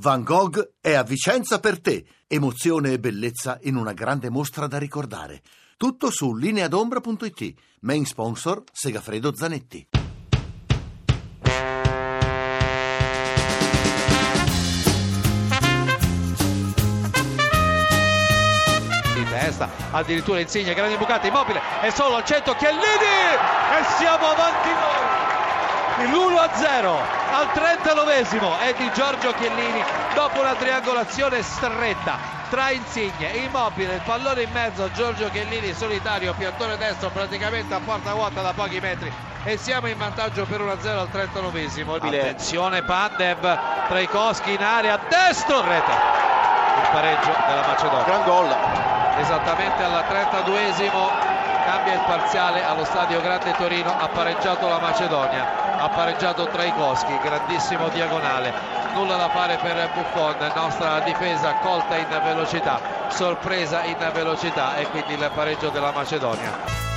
Van Gogh è a Vicenza per te. Emozione e bellezza in una grande mostra da ricordare. Tutto su lineadombra.it. Main sponsor Segafredo Zanetti. Di testa, addirittura Insigne, grande imbucata, Immobile, è solo al centro, Chiellini e siamo avanti noi. L'1-0 al 39esimo è di Giorgio Chiellini dopo una triangolazione stretta tra Insigne e Immobile, il pallone in mezzo, Giorgio Chiellini solitario, piantone destro praticamente a porta vuota da pochi metri e siamo in vantaggio per 1-0 al 39esimo. Attenzione, Pandev, Trajkovskij in area, destro, rete, il pareggio della Macedonia. Gran gol. Esattamente al 32esimo cambia il parziale allo stadio Grande Torino, ha pareggiato la Macedonia, ha pareggiato Trajkovskij, grandissimo diagonale, nulla da fare per Buffon, nostra difesa colta in velocità, sorpresa in velocità e quindi il pareggio della Macedonia.